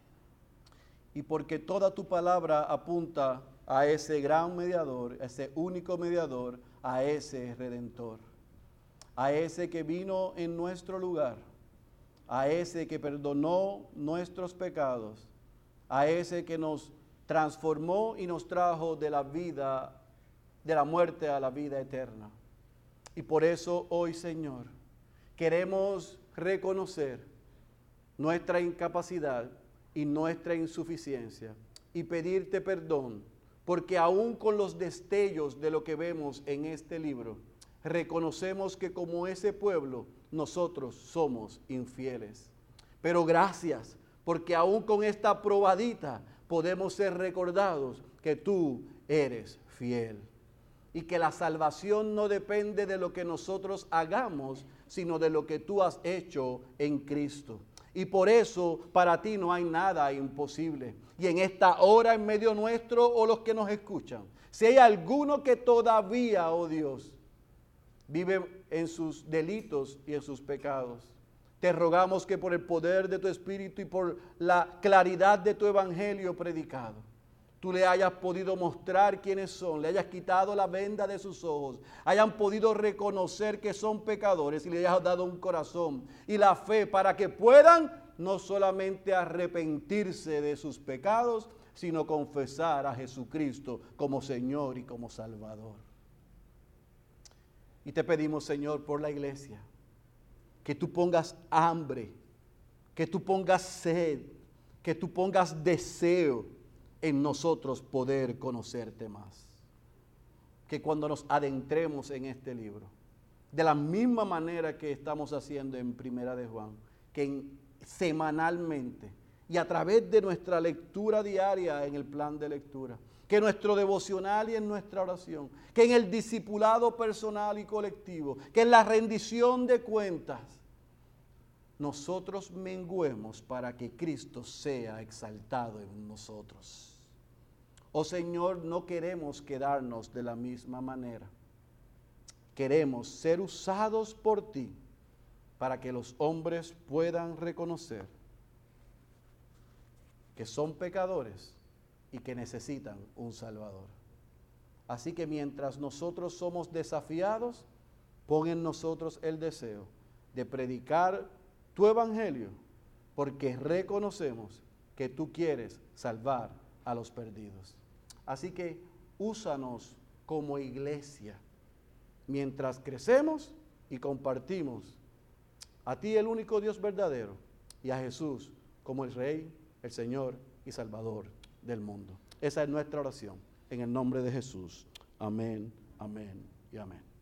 Speaker 1: y porque toda tu palabra apunta a ese gran mediador, a ese único mediador, a ese redentor, a ese que vino en nuestro lugar, a ese que perdonó nuestros pecados, a ese que nos transformó y nos trajo de la vida, de la muerte a la vida eterna. Y por eso hoy, Señor, queremos reconocer nuestra incapacidad y nuestra insuficiencia y pedirte perdón, porque aún con los destellos de lo que vemos en este libro, reconocemos que como ese pueblo nosotros somos infieles. Pero gracias, porque aún con esta probadita podemos ser recordados que tú eres fiel. Y que la salvación no depende de lo que nosotros hagamos, sino de lo que tú has hecho en Cristo. Y por eso para ti no hay nada imposible. Y en esta hora en medio nuestro o los que nos escuchan, si hay alguno que todavía, oh Dios, vive en sus delitos y en sus pecados, te rogamos que por el poder de tu Espíritu y por la claridad de tu Evangelio predicado, tú le hayas podido mostrar quiénes son, le hayas quitado la venda de sus ojos, hayan podido reconocer que son pecadores y le hayas dado un corazón y la fe para que puedan no solamente arrepentirse de sus pecados, sino confesar a Jesucristo como Señor y como Salvador. Y te pedimos, Señor, por la iglesia, que tú pongas hambre, que tú pongas sed, que tú pongas deseo en nosotros poder conocerte más. Que cuando nos adentremos en este libro, de la misma manera que estamos haciendo en Primera de Juan, que en, semanalmente y a través de nuestra lectura diaria en el plan de lectura, que nuestro devocional y en nuestra oración, que en el discipulado personal y colectivo, que en la rendición de cuentas, nosotros menguemos para que Cristo sea exaltado en nosotros. Oh Señor, no queremos quedarnos de la misma manera. Queremos ser usados por ti para que los hombres puedan reconocer que son pecadores y que necesitan un Salvador. Así que mientras nosotros somos desafiados, pon en nosotros el deseo de predicar tu evangelio, porque reconocemos que tú quieres salvar a los perdidos. Así que úsanos como iglesia mientras crecemos y compartimos a ti, el único Dios verdadero, y a Jesús como el Rey, el Señor y Salvador del mundo. Esa es nuestra oración en el nombre de Jesús. Amén, amén y amén.